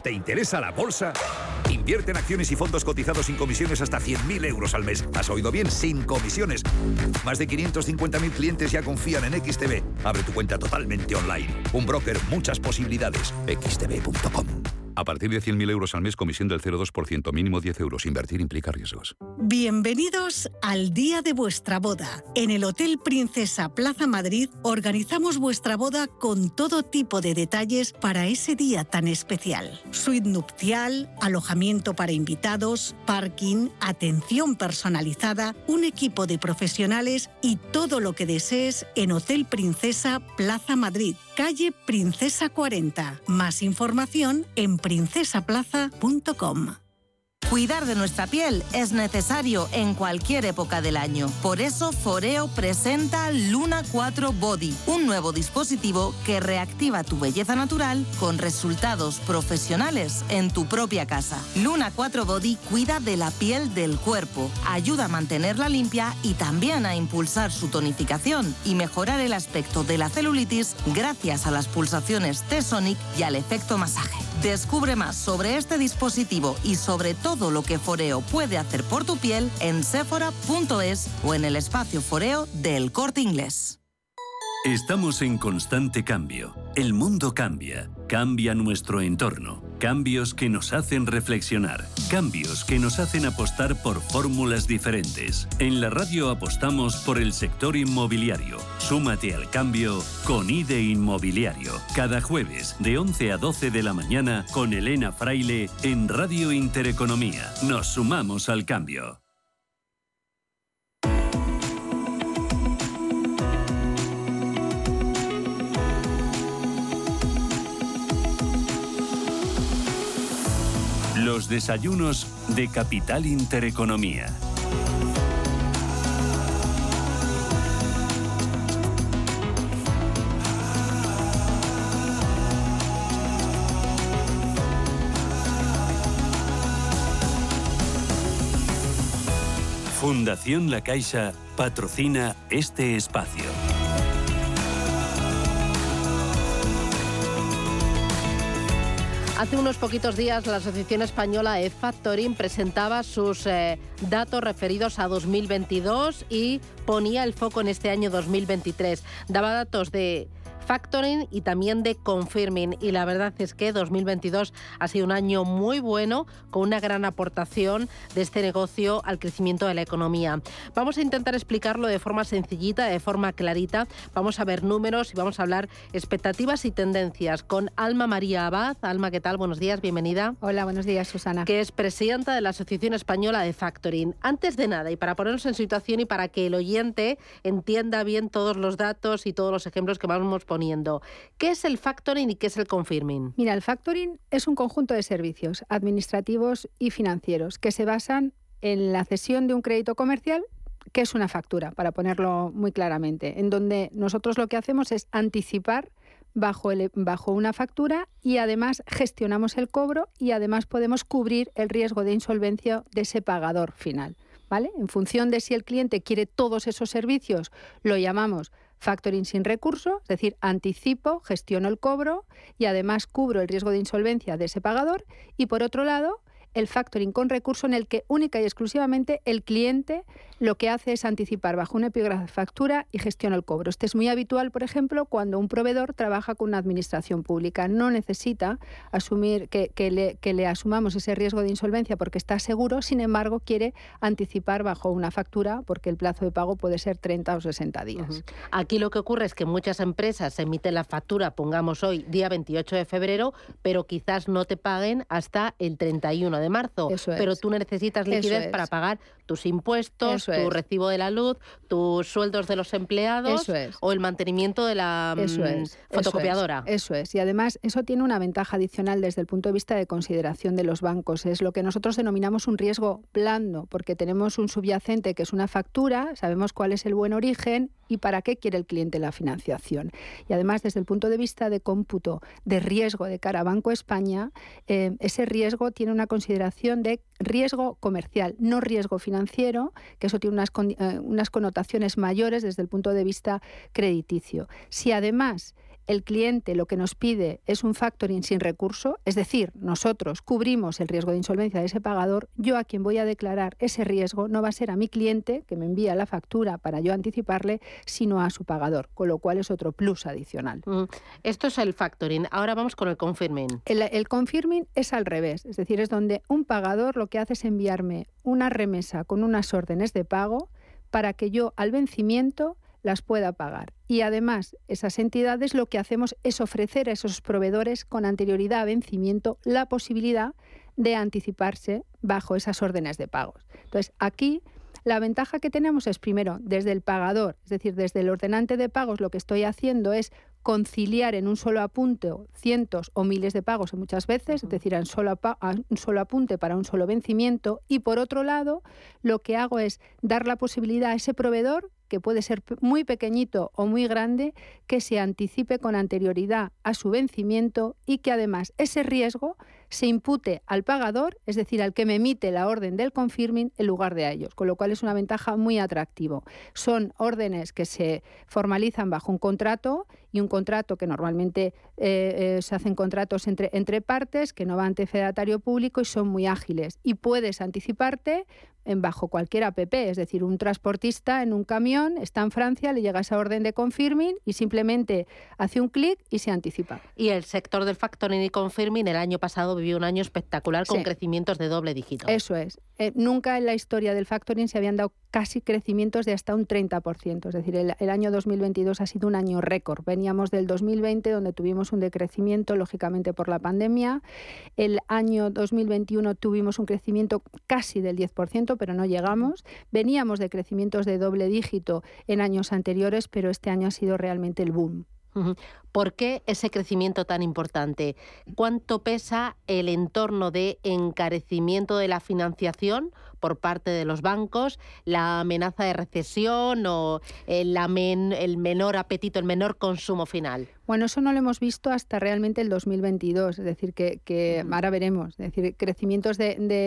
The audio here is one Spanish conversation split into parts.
¿Te interesa la bolsa? Invierte en acciones y fondos cotizados sin comisiones hasta 100.000 euros al mes. ¿Has oído bien? Sin comisiones. Más de 550.000 clientes ya confían en XTB. Abre tu cuenta totalmente online. Un broker, muchas posibilidades. xtb.com. A partir de 100.000 euros al mes, comisión del 0,2%, mínimo 10 euros. Invertir implica riesgos. Bienvenidos al día de vuestra boda. En el Hotel Princesa Plaza Madrid organizamos vuestra boda con todo tipo de detalles para ese día tan especial. Suite nupcial, alojamiento para invitados, parking, atención personalizada, un equipo de profesionales y todo lo que desees en Hotel Princesa Plaza Madrid, calle Princesa 40. Más información en princesaplaza.com. Cuidar de nuestra piel es necesario en cualquier época del año. Por eso Foreo presenta Luna 4 Body, un nuevo dispositivo que reactiva tu belleza natural con resultados profesionales en tu propia casa. Luna 4 Body cuida de la piel del cuerpo, ayuda a mantenerla limpia y también a impulsar su tonificación y mejorar el aspecto de la celulitis gracias a las pulsaciones T-Sonic y al efecto masaje. Descubre más sobre este dispositivo y sobre todo lo que Foreo puede hacer por tu piel en sephora.es o en el espacio Foreo del Corte Inglés. Estamos en constante cambio. El mundo cambia. Cambia nuestro entorno. Cambios que nos hacen reflexionar. Cambios que nos hacen apostar por fórmulas diferentes. En la radio apostamos por el sector inmobiliario. Súmate al cambio con IDE Inmobiliario. Cada jueves de 11 a 12 de la mañana con Elena Fraile en Radio Intereconomía. Nos sumamos al cambio. Los desayunos de Capital Intereconomía. Fundación La Caixa patrocina este espacio. Hace unos poquitos días la Asociación Española e-Factoring presentaba sus datos referidos a 2022 y ponía el foco en este año 2023. Daba datos de factoring y también de confirming, y la verdad es que 2022 ha sido un año muy bueno, con una gran aportación de este negocio al crecimiento de la economía. Vamos a intentar explicarlo de forma sencillita, de forma clarita. Vamos a ver números y vamos a hablar expectativas y tendencias con Alma María Abad. Alma, ¿qué tal? Buenos días, bienvenida. Hola, buenos días, Susana. Que es presidenta de la Asociación Española de Factoring. Antes de nada, y para ponernos en situación y para que el oyente entienda bien todos los datos y todos los ejemplos que vamos poniendo, ¿qué es el factoring y qué es el confirming? Mira, el factoring es un conjunto de servicios administrativos y financieros que se basan en la cesión de un crédito comercial, que es una factura, para ponerlo muy claramente, en donde nosotros lo que hacemos es anticipar bajo una factura y además gestionamos el cobro y además podemos cubrir el riesgo de insolvencia de ese pagador final, ¿vale? En función de si el cliente quiere todos esos servicios, lo llamamos factoring sin recurso, es decir, anticipo, gestiono el cobro y además cubro el riesgo de insolvencia de ese pagador. Y por otro lado, el factoring con recurso, en el que única y exclusivamente el cliente lo que hace es anticipar bajo una epígrafe de factura y gestiona el cobro. Este es muy habitual, por ejemplo, cuando un proveedor trabaja con una administración pública. No necesita asumir que le asumamos ese riesgo de insolvencia porque está seguro, sin embargo, quiere anticipar bajo una factura porque el plazo de pago puede ser 30 o 60 días. Aquí lo que ocurre es que muchas empresas emiten la factura, pongamos hoy, día 28 de febrero, pero quizás no te paguen hasta el 31 de marzo. Eso es. Pero tú necesitas liquidez para pagar tus impuestos, tu recibo de la luz, tus sueldos de los empleados o el mantenimiento de la fotocopiadora. Eso es. Y además eso tiene una ventaja adicional desde el punto de vista de consideración de los bancos. Es lo que nosotros denominamos un riesgo blando, porque tenemos un subyacente que es una factura, sabemos cuál es el buen origen y para qué quiere el cliente la financiación. Y además, desde el punto de vista de cómputo de riesgo de cara a Banco España, ese riesgo tiene una consideración de riesgo comercial, no riesgo financiero, que eso tiene unas connotaciones mayores desde el punto de vista crediticio. Si además el cliente lo que nos pide es un factoring sin recurso, es decir, nosotros cubrimos el riesgo de insolvencia de ese pagador, yo a quien voy a declarar ese riesgo no va a ser a mi cliente, que me envía la factura para yo anticiparle, sino a su pagador, con lo cual es otro plus adicional. Esto es el factoring. Ahora vamos con el confirming. El confirming es al revés, es decir, es donde un pagador lo que hace es enviarme una remesa con unas órdenes de pago para que yo al vencimiento las pueda pagar. Y además, esas entidades lo que hacemos es ofrecer a esos proveedores con anterioridad a vencimiento la posibilidad de anticiparse bajo esas órdenes de pagos. Entonces, aquí la ventaja que tenemos es, primero, desde el pagador, es decir, desde el ordenante de pagos, lo que estoy haciendo es conciliar en un solo apunte cientos o miles de pagos muchas veces, es decir, a un solo apunte para un solo vencimiento. Y por otro lado, lo que hago es dar la posibilidad a ese proveedor, que puede ser muy pequeñito o muy grande, que se anticipe con anterioridad a su vencimiento y que además ese riesgo se impute al pagador, es decir, al que me emite la orden del confirming en lugar de a ellos, con lo cual es una ventaja muy atractiva. Son órdenes que se formalizan bajo un contrato, y un contrato que normalmente se hacen contratos entre partes, que no va ante fedatario público y son muy ágiles. Y puedes anticiparte bajo cualquier APP, es decir, un transportista en un camión está en Francia, le llega esa orden de confirming y simplemente hace un clic y se anticipa. Y el sector del factoring y confirming el año pasado vivió un año espectacular con crecimientos de doble dígito. Eso es. Nunca en la historia del factoring se habían dado casi crecimientos de hasta un 30%. Es decir, el año 2022 ha sido un año récord. Veníamos del 2020, donde tuvimos un decrecimiento, lógicamente por la pandemia. El año 2021 tuvimos un crecimiento casi del 10%, pero no llegamos. Veníamos de crecimientos de doble dígito en años anteriores, pero este año ha sido realmente el boom. ¿Por qué ese crecimiento tan importante? ¿Cuánto pesa el entorno de encarecimiento de la financiación por parte de los bancos, la amenaza de recesión o el menor apetito, el menor consumo final? Bueno, eso no lo hemos visto hasta realmente el 2022, es decir, que ahora veremos. Es decir, crecimientos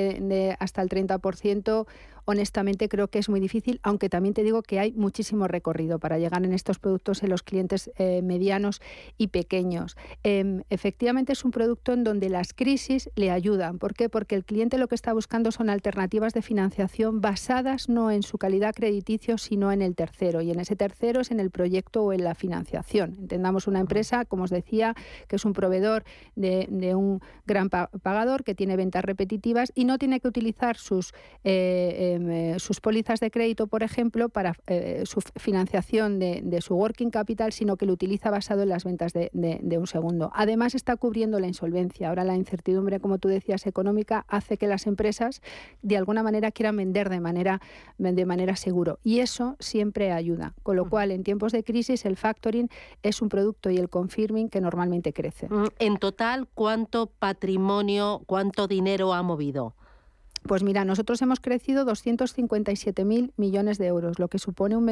de hasta el 30%, honestamente creo que es muy difícil, aunque también te digo que hay muchísimo recorrido para llegar en estos productos en los clientes medianos y pequeños. Efectivamente es un producto en donde las crisis le ayudan. ¿Por qué? Porque el cliente lo que está buscando son alternativas de financiación basadas no en su calidad crediticio, sino en el tercero. Y en ese tercero es en el proyecto o en la financiación. Entendamos una empresa, como os decía, que es un proveedor de un gran pagador que tiene ventas repetitivas y no tiene que utilizar sus pólizas de crédito, por ejemplo, para su financiación de su working capital, sino que lo utiliza basado en las ventas de un segundo. Además, está cubriendo la insolvencia. Ahora la incertidumbre, como tú decías, económica, hace que las empresas de alguna manera quieran vender de manera seguro. Y eso siempre ayuda. Con lo cual, en tiempos de crisis, el factoring es un producto y el confirming que normalmente crece. En total, ¿cuánto patrimonio, cuánto dinero ha movido? Pues mira, nosotros hemos crecido 257.000 millones de euros, lo que supone un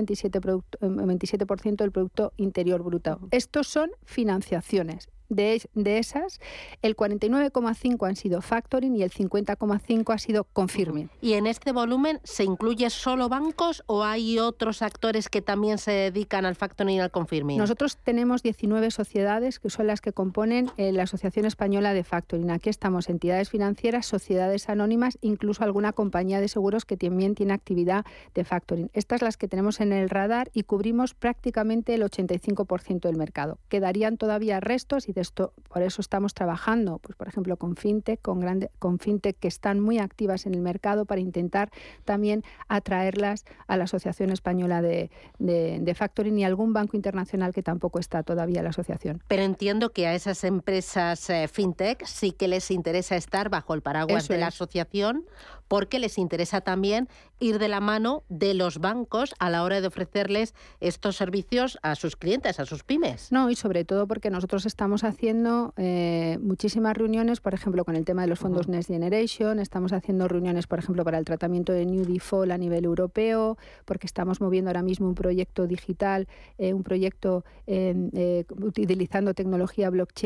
27% del Producto Interior Bruto. Estos son financiaciones. De esas, el 49,5 han sido factoring y el 50,5 ha sido confirming. ¿Y en este volumen se incluye solo bancos o hay otros actores que también se dedican al factoring y al confirming? Nosotros tenemos 19 sociedades que son las que componen la Asociación Española de Factoring. Aquí estamos entidades financieras, sociedades anónimas, incluso alguna compañía de seguros que también tiene actividad de factoring. Estas las que tenemos en el radar y cubrimos prácticamente el 85% del mercado. Quedarían todavía restos y por eso estamos trabajando, pues por ejemplo, con fintech, con fintech que están muy activas en el mercado para intentar también atraerlas a la Asociación Española de Factoring y algún banco internacional que tampoco está todavía en la asociación. Pero entiendo que a esas empresas fintech sí que les interesa estar bajo el paraguas de la asociación, porque les interesa también ir de la mano de los bancos a la hora de ofrecerles estos servicios a sus clientes, a sus pymes. No, y sobre todo porque nosotros estamos haciendo muchísimas reuniones, por ejemplo, con el tema de los fondos Next Generation, estamos haciendo reuniones, por ejemplo, para el tratamiento de New Default a nivel europeo, porque estamos moviendo ahora mismo un proyecto digital, un proyecto utilizando tecnología blockchain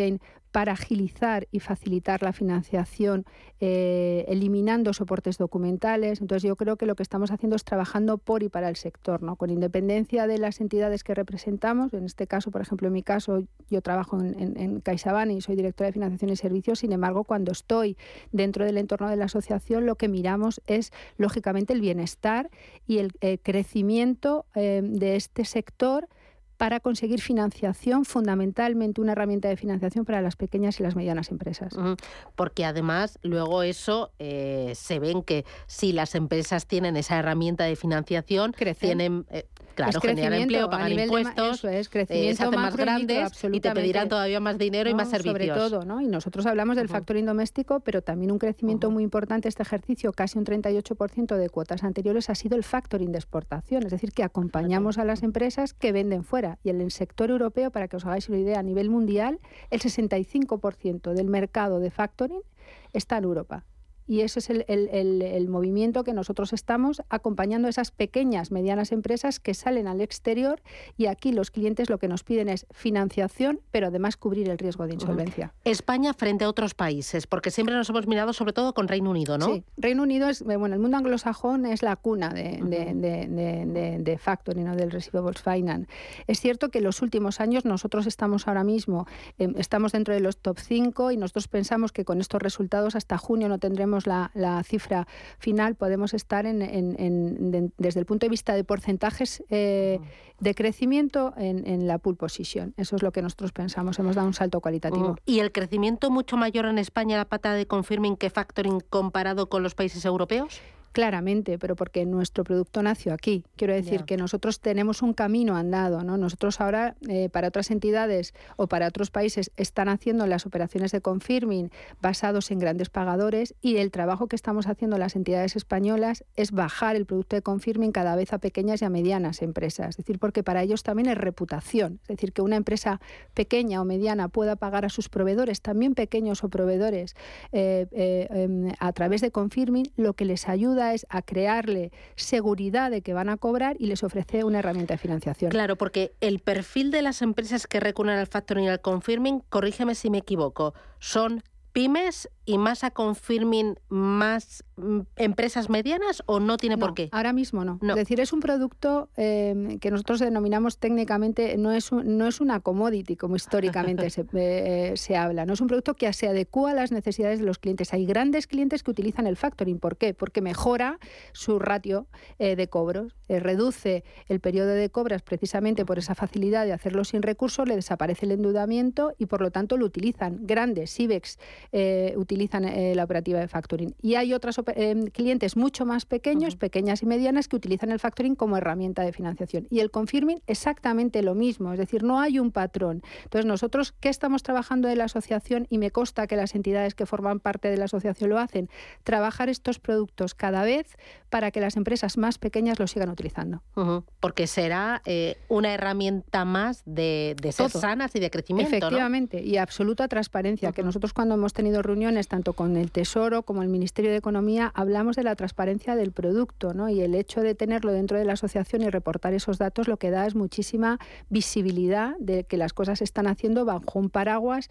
para agilizar y facilitar la financiación, eliminando soportes documentales. Entonces yo creo que lo que estamos haciendo es trabajando por y para el sector, ¿no? Con independencia de las entidades que representamos. En este caso, por ejemplo, en mi caso, yo trabajo en CaixaBank y soy directora de financiación y servicios. Sin embargo, cuando estoy dentro del entorno de la asociación, lo que miramos es, lógicamente, el bienestar y el crecimiento de este sector para conseguir financiación, fundamentalmente una herramienta de financiación para las pequeñas y las medianas empresas. Porque además luego eso se ven que si las empresas tienen esa herramienta de financiación, tienen... generan empleo, pagan impuestos, crecimiento se hacen más grandes y te pedirán todavía más dinero y más servicios. Sobre todo, ¿no? Y nosotros hablamos del factoring doméstico, pero también un crecimiento muy importante este ejercicio, casi un 38% de cuotas anteriores ha sido el factoring de exportación, es decir, que acompañamos a las empresas que venden fuera. Y en el sector europeo, para que os hagáis una idea, a nivel mundial, el 65% del mercado de factoring está en Europa. Y ese es el movimiento que nosotros estamos acompañando a esas pequeñas, medianas empresas que salen al exterior, y aquí los clientes lo que nos piden es financiación, pero además cubrir el riesgo de insolvencia. España frente a otros países, porque siempre nos hemos mirado sobre todo con Reino Unido, ¿no? Sí, Reino Unido es, el mundo anglosajón es la cuna de factoring, ¿no? Del receivables finance. Es cierto que en los últimos años nosotros estamos ahora mismo, estamos dentro de los top 5 y nosotros pensamos que con estos resultados hasta junio no tendremos la cifra final, podemos estar desde el punto de vista de porcentajes de crecimiento en la pole position. Eso es lo que nosotros pensamos, hemos dado un salto cualitativo. ¿Y el crecimiento mucho mayor en España, la pata de confirming, que factoring comparado con los países europeos? Claramente, pero porque nuestro producto nació aquí. Quiero decir que nosotros tenemos un camino andado, ¿no? Nosotros ahora, para otras entidades o para otros países, están haciendo las operaciones de confirming basados en grandes pagadores, y el trabajo que estamos haciendo las entidades españolas es bajar el producto de confirming cada vez a pequeñas y a medianas empresas. Es decir, porque para ellos también es reputación. Es decir, que una empresa pequeña o mediana pueda pagar a sus proveedores, también pequeños o proveedores, a través de confirming, lo que les ayuda es a crearle seguridad de que van a cobrar y les ofrece una herramienta de financiación. Claro, porque el perfil de las empresas que recurren al factoring y al confirming, corrígeme si me equivoco, son pymes y más a confirming, más empresas medianas, ¿o no tiene por qué? Ahora mismo no. Es decir, es un producto que nosotros denominamos técnicamente, no es una commodity como históricamente se habla, no es un producto que se adecúa a las necesidades de los clientes. Hay grandes clientes que utilizan el factoring. ¿Por qué? Porque mejora su ratio de cobros, reduce el periodo de cobras precisamente por esa facilidad de hacerlo sin recursos, le desaparece el endeudamiento y por lo tanto lo utilizan. Grandes IBEX utilizan la operativa de factoring. Y hay otros clientes mucho más pequeños, pequeñas y medianas, que utilizan el factoring como herramienta de financiación. Y el confirming exactamente lo mismo, es decir, no hay un patrón. Entonces nosotros, ¿qué estamos trabajando en la asociación? Y me consta que las entidades que forman parte de la asociación lo hacen, trabajar estos productos cada vez para que las empresas más pequeñas los sigan utilizando. Porque será una herramienta más de ser sanas y de crecimiento, efectivamente, ¿no? Y absoluta transparencia, que nosotros cuando hemos tenido reuniones tanto con el Tesoro como el Ministerio de Economía hablamos de la transparencia del producto, ¿no? Y el hecho de tenerlo dentro de la asociación y reportar esos datos lo que da es muchísima visibilidad de que las cosas se están haciendo bajo un paraguas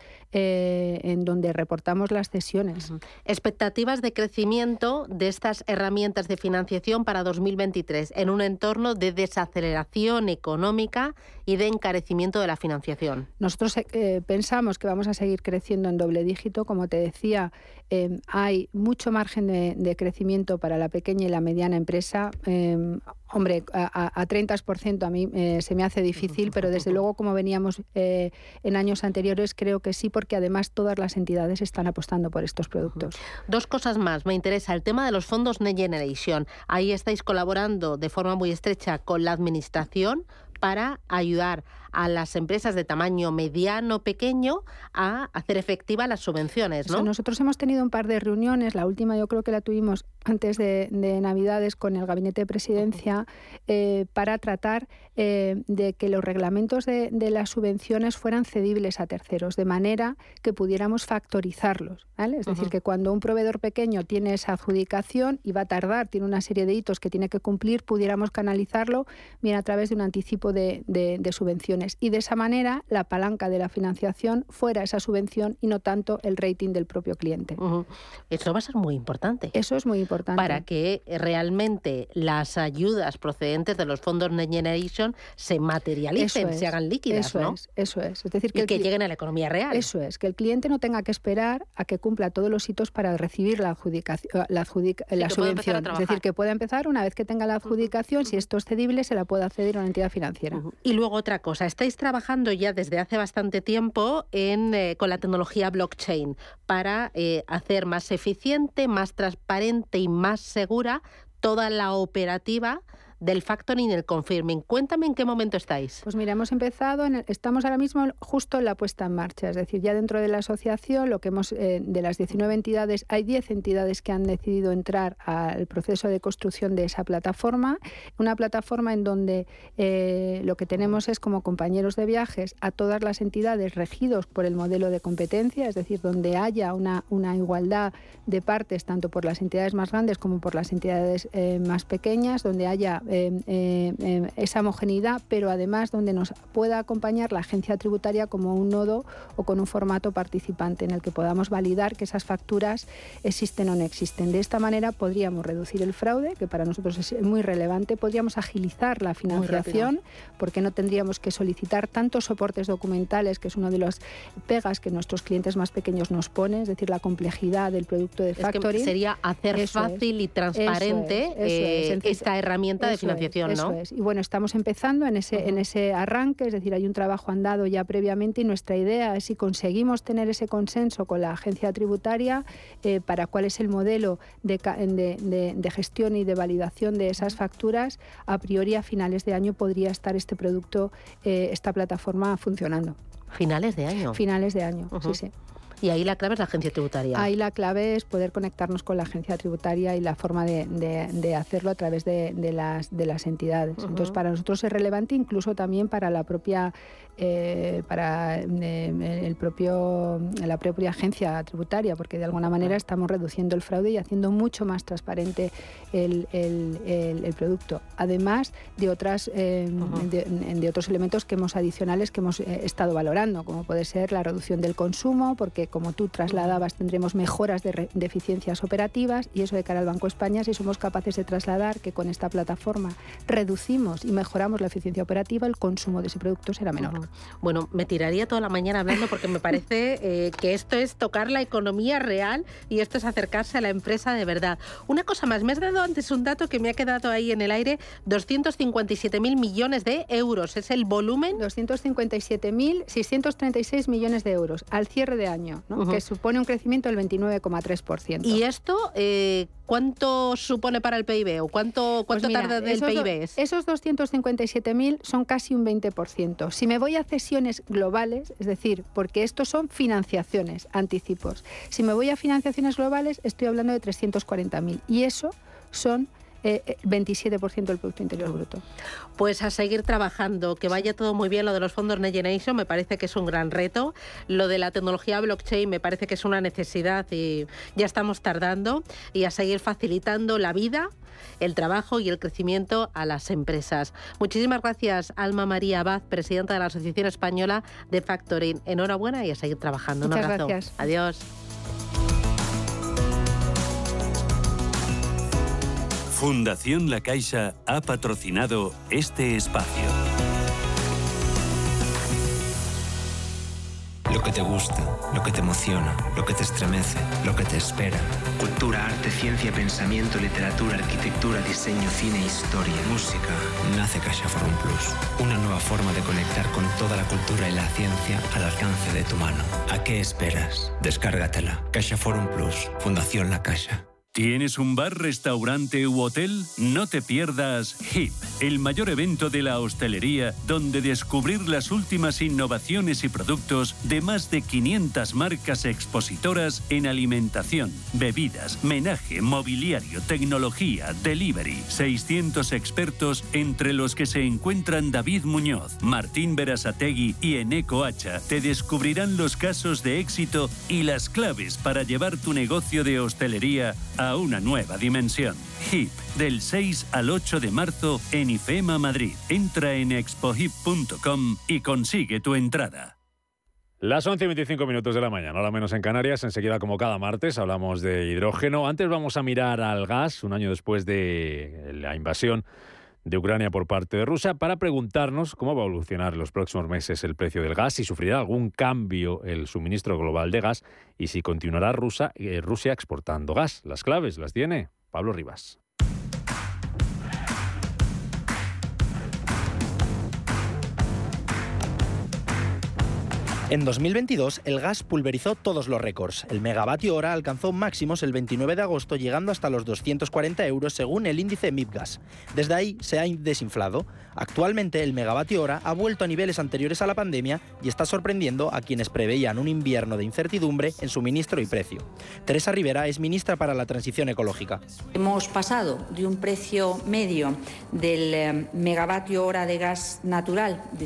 en donde reportamos las cesiones. Expectativas de crecimiento de estas herramientas de financiación para 2023 en un entorno de desaceleración económica y de encarecimiento de la financiación. Nosotros pensamos que vamos a seguir creciendo en doble dígito. Como te decía, hay mucho margen de crecimiento para la pequeña y la mediana empresa. Hombre, a 30% a mí se me hace difícil, pero desde luego, como veníamos en años anteriores, creo que sí, porque además todas las entidades están apostando por estos productos. Dos cosas más. Me interesa el tema de los fondos Next Generation. Ahí estáis colaborando de forma muy estrecha con la Administración para ayudar a las empresas de tamaño mediano, pequeño, a hacer efectiva las subvenciones, ¿no? O sea, nosotros hemos tenido un par de reuniones, la última yo creo que la tuvimos antes de Navidades con el Gabinete de Presidencia, para tratar de que los reglamentos de las subvenciones fueran cedibles a terceros, de manera que pudiéramos factorizarlos, ¿vale? Es decir, que cuando un proveedor pequeño tiene esa adjudicación y va a tardar, tiene una serie de hitos que tiene que cumplir, pudiéramos canalizarlo bien a través de un anticipo de subvenciones. subvenciones y de esa manera la palanca de la financiación fuera esa subvención y no tanto el rating del propio cliente. Eso va a ser muy importante. Eso es muy importante. Para que realmente las ayudas procedentes de los fondos Next Generation se materialicen, se hagan líquidas, ¿no? Eso es. Es decir, que lleguen a la economía real. Eso es, que el cliente no tenga que esperar a que cumpla todos los hitos para recibir la subvención. Es decir, que pueda empezar una vez que tenga la adjudicación, si esto es cedible, se la pueda ceder a una entidad financiera. Y luego otra cosa, estáis trabajando ya desde hace bastante tiempo con la tecnología blockchain para hacer más eficiente, más transparente y más segura toda la operativa del factoring y el confirming. Cuéntame en qué momento estáis. Pues mira, hemos empezado, estamos ahora mismo justo en la puesta en marcha, es decir, ya dentro de la asociación, lo que hemos de las 19 entidades, hay 10 entidades que han decidido entrar al proceso de construcción de esa plataforma, una plataforma en donde lo que tenemos es como compañeros de viajes a todas las entidades regidos por el modelo de competencia, es decir, donde haya una igualdad de partes, tanto por las entidades más grandes como por las entidades más pequeñas, donde haya esa homogeneidad, pero además donde nos pueda acompañar la agencia tributaria como un nodo o con un formato participante en el que podamos validar que esas facturas existen o no existen. De esta manera podríamos reducir el fraude, que para nosotros es muy relevante, podríamos agilizar la financiación porque no tendríamos que solicitar tantos soportes documentales, que es uno de los pegas que nuestros clientes más pequeños nos ponen, es decir, la complejidad del producto de factoring. Que sería hacer fácil y transparente esta herramienta de financiación, ¿no? Eso es. Y bueno, estamos empezando en ese arranque, es decir, hay un trabajo andado ya previamente y nuestra idea es si conseguimos tener ese consenso con la agencia tributaria para cuál es el modelo de gestión y de validación de esas facturas, a priori a finales de año podría estar este producto, esta plataforma funcionando. ¿Finales de año? Finales de año, sí. Y ahí la clave es la agencia tributaria. Ahí la clave es poder conectarnos con la agencia tributaria y la forma de hacerlo a través de las entidades. Entonces, para nosotros es relevante incluso también para la propia la propia agencia tributaria, porque de alguna manera estamos reduciendo el fraude y haciendo mucho más transparente el producto. Además de otros elementos adicionales que hemos estado valorando, como puede ser la reducción del consumo, porque como tú trasladabas, tendremos mejoras de eficiencias operativas y eso de cara al Banco de España, si somos capaces de trasladar que con esta plataforma reducimos y mejoramos la eficiencia operativa, el consumo de ese producto será menor. Bueno, me tiraría toda la mañana hablando porque me parece que esto es tocar la economía real y esto es acercarse a la empresa de verdad. Una cosa más, me has dado antes un dato que me ha quedado ahí en el aire, 257.000 millones de euros, ¿es el volumen? 257.636 millones de euros al cierre de año, ¿no? Que supone un crecimiento del 29,3%. ¿Y esto cuánto supone para el PIB o cuánto tarda del PIB? Esos 257.000 son casi un 20%. Si me voy a cesiones globales, es decir, porque estos son financiaciones, anticipos. Si me voy a financiaciones globales, estoy hablando de 340.000 y eso son 27% del Producto Interior Bruto. Pues a seguir trabajando, que vaya todo muy bien. Lo de los fondos Next Generation me parece que es un gran reto. Lo de la tecnología blockchain me parece que es una necesidad y ya estamos tardando. Y a seguir facilitando la vida, el trabajo y el crecimiento a las empresas. Muchísimas gracias, Alma María Abad, presidenta de la Asociación Española de Factoring. Enhorabuena y a seguir trabajando. Muchas un abrazo. Gracias. Adiós. Fundación La Caixa ha patrocinado este espacio. Lo que te gusta, lo que te emociona, lo que te estremece, lo que te espera. Cultura, arte, ciencia, pensamiento, literatura, arquitectura, diseño, cine, historia, música. Nace CaixaForum Plus, una nueva forma de conectar con toda la cultura y la ciencia al alcance de tu mano. ¿A qué esperas? Descárgatela. CaixaForum Plus, Fundación La Caixa. ¿Tienes un bar, restaurante u hotel? No te pierdas HIP, el mayor evento de la hostelería, donde descubrir las últimas innovaciones y productos de más de 500 marcas expositoras en alimentación, bebidas, menaje, mobiliario, tecnología, delivery. 600 expertos, entre los que se encuentran David Muñoz, Martín Berasategui y Eneco Hacha, te descubrirán los casos de éxito y las claves para llevar tu negocio de hostelería a una nueva dimensión. HIP, del 6 al 8 de marzo en IFEMA Madrid. Entra en expohip.com y consigue tu entrada. Las 11:25 de la mañana, ahora menos en Canarias. Enseguida, como cada martes, hablamos de hidrógeno. Antes vamos a mirar al gas, un año después de la invasión de Ucrania por parte de Rusia, para preguntarnos cómo va a evolucionar en los próximos meses el precio del gas, si sufrirá algún cambio el suministro global de gas y si continuará Rusia exportando gas. Las claves las tiene Pablo Rivas. En 2022, el gas pulverizó todos los récords. El megavatio hora alcanzó máximos el 29 de agosto, llegando hasta los 240 euros según el índice MIPGAS. Desde ahí se ha desinflado. Actualmente, el megavatio hora ha vuelto a niveles anteriores a la pandemia y está sorprendiendo a quienes preveían un invierno de incertidumbre en suministro y precio. Teresa Rivera es ministra para la Transición Ecológica. Hemos pasado de un precio medio del megavatio hora de gas natural de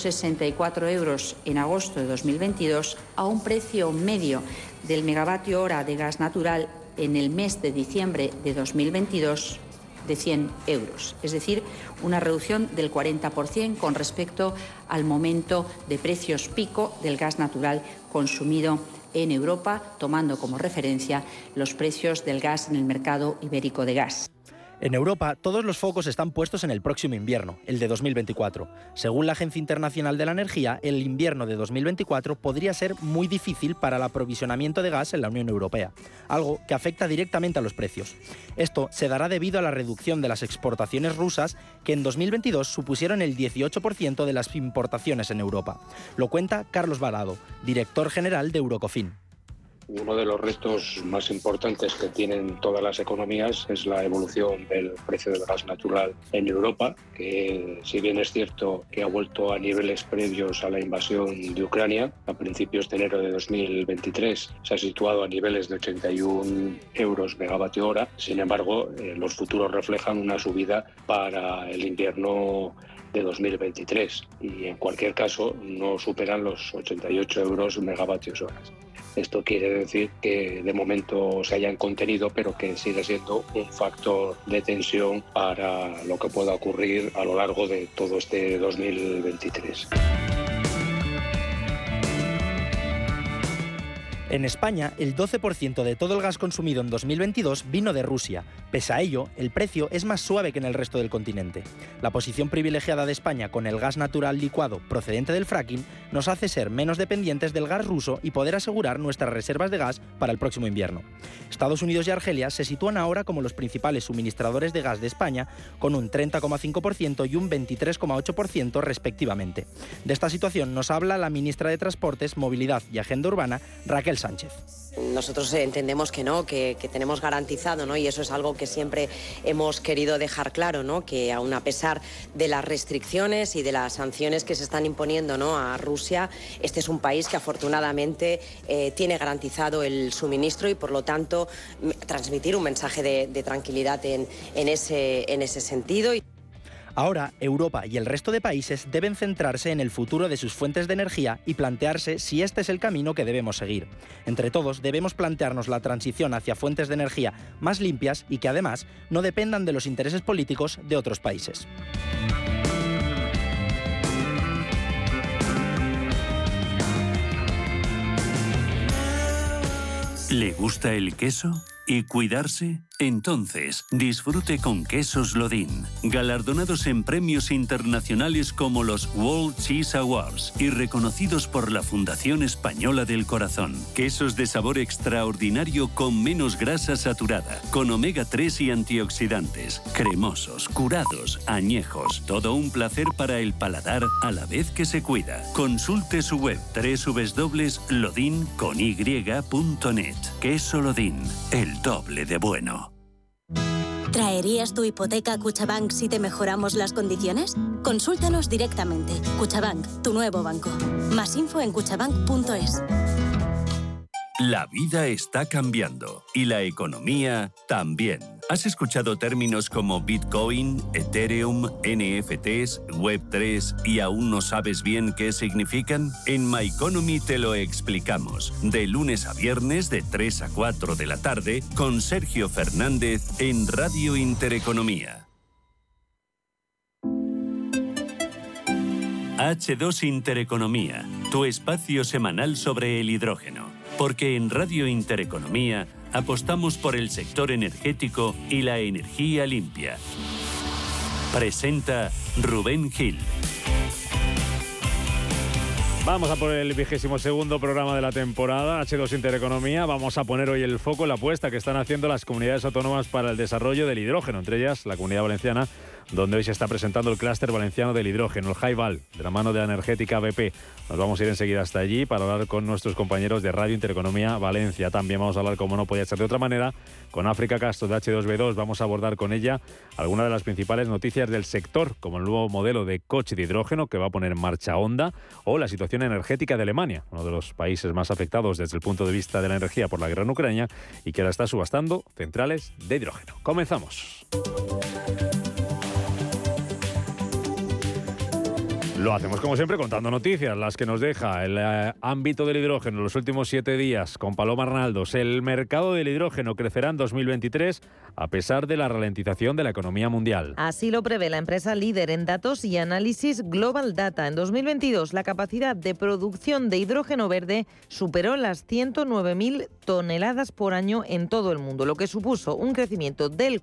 164 euros en agosto de 2022 a un precio medio del megavatio hora de gas natural en el mes de diciembre de 2022 de 100 euros. Es decir, una reducción del 40% con respecto al momento de precios pico del gas natural consumido en Europa, tomando como referencia los precios del gas en el mercado ibérico de gas. En Europa, todos los focos están puestos en el próximo invierno, el de 2024. Según la Agencia Internacional de la Energía, el invierno de 2024 podría ser muy difícil para el aprovisionamiento de gas en la Unión Europea, algo que afecta directamente a los precios. Esto se dará debido a la reducción de las exportaciones rusas, que en 2022 supusieron el 18% de las importaciones en Europa. Lo cuenta Carlos Varado, director general de Eurocofin. Uno de los retos más importantes que tienen todas las economías es la evolución del precio del gas natural en Europa, que si bien es cierto que ha vuelto a niveles previos a la invasión de Ucrania, a principios de enero de 2023 se ha situado a niveles de 81 euros megavatio hora. Sin embargo, los futuros reflejan una subida para el invierno de 2023 y en cualquier caso no superan los 88 euros megavatios horas. Esto quiere decir que de momento se hayan contenido, pero que sigue siendo un factor de tensión para lo que pueda ocurrir a lo largo de todo este 2023. En España, el 12% de todo el gas consumido en 2022 vino de Rusia. Pese a ello, el precio es más suave que en el resto del continente. La posición privilegiada de España con el gas natural licuado procedente del fracking nos hace ser menos dependientes del gas ruso y poder asegurar nuestras reservas de gas para el próximo invierno. Estados Unidos y Argelia se sitúan ahora como los principales suministradores de gas de España, con un 30,5% y un 23,8% respectivamente. De esta situación nos habla la ministra de Transportes, Movilidad y Agenda Urbana, Raquel Sánchez. Nosotros entendemos que no, que tenemos garantizado, ¿no? Y eso es algo que siempre hemos querido dejar claro, ¿no? Que aun a pesar de las restricciones y de las sanciones que se están imponiendo, ¿no? A Rusia, este es un país que afortunadamente tiene garantizado el suministro y por lo tanto transmitir un mensaje de tranquilidad en ese sentido. Ahora, Europa y el resto de países deben centrarse en el futuro de sus fuentes de energía y plantearse si este es el camino que debemos seguir. Entre todos, debemos plantearnos la transición hacia fuentes de energía más limpias y que además no dependan de los intereses políticos de otros países. ¿Le gusta el queso? ¿Y cuidarse? Entonces, disfrute con Quesos Lodin, galardonados en premios internacionales como los World Cheese Awards y reconocidos por la Fundación Española del Corazón. Quesos de sabor extraordinario con menos grasa saturada, con omega 3 y antioxidantes, cremosos, curados, añejos, todo un placer para el paladar a la vez que se cuida. Consulte su web www.lodin.net. Queso Lodin, el doble de bueno. ¿Traerías tu hipoteca a Cuchabank si te mejoramos las condiciones? Consúltanos directamente. Cuchabank, tu nuevo banco. Más info en cuchabank.es. La vida está cambiando y la economía también. ¿Has escuchado términos como Bitcoin, Ethereum, NFTs, Web3 y aún no sabes bien qué significan? En My Economy te lo explicamos. De lunes a viernes de 3 a 4 de la tarde con Sergio Fernández en Radio Intereconomía. H2 Intereconomía, tu espacio semanal sobre el hidrógeno. Porque en Radio Intereconomía apostamos por el sector energético y la energía limpia. Presenta Rubén Gil. Vamos a por el 22º programa de la temporada, H2 Intereconomía. Vamos a poner hoy el foco en la apuesta que están haciendo las comunidades autónomas para el desarrollo del hidrógeno, entre ellas la Comunidad Valenciana, donde hoy se está presentando el clúster valenciano del hidrógeno, el Haival, de la mano de la energética BP. Nos vamos a ir enseguida hasta allí para hablar con nuestros compañeros de Radio Intereconomía Valencia. También vamos a hablar, como no podía ser de otra manera, con África Castro de H2B2. Vamos a abordar con ella algunas de las principales noticias del sector, como el nuevo modelo de coche de hidrógeno que va a poner en marcha Honda, o la situación energética de Alemania, uno de los países más afectados desde el punto de vista de la energía por la guerra en Ucrania y que ahora está subastando centrales de hidrógeno. Comenzamos. Lo hacemos como siempre contando noticias, las que nos deja el ámbito del hidrógeno en los últimos 7 días con Paloma Arnaldos. El mercado del hidrógeno crecerá en 2023 a pesar de la ralentización de la economía mundial. Así lo prevé la empresa líder en datos y análisis Global Data. En 2022 la capacidad de producción de hidrógeno verde superó las 109.000 toneladas por año en todo el mundo, lo que supuso un crecimiento del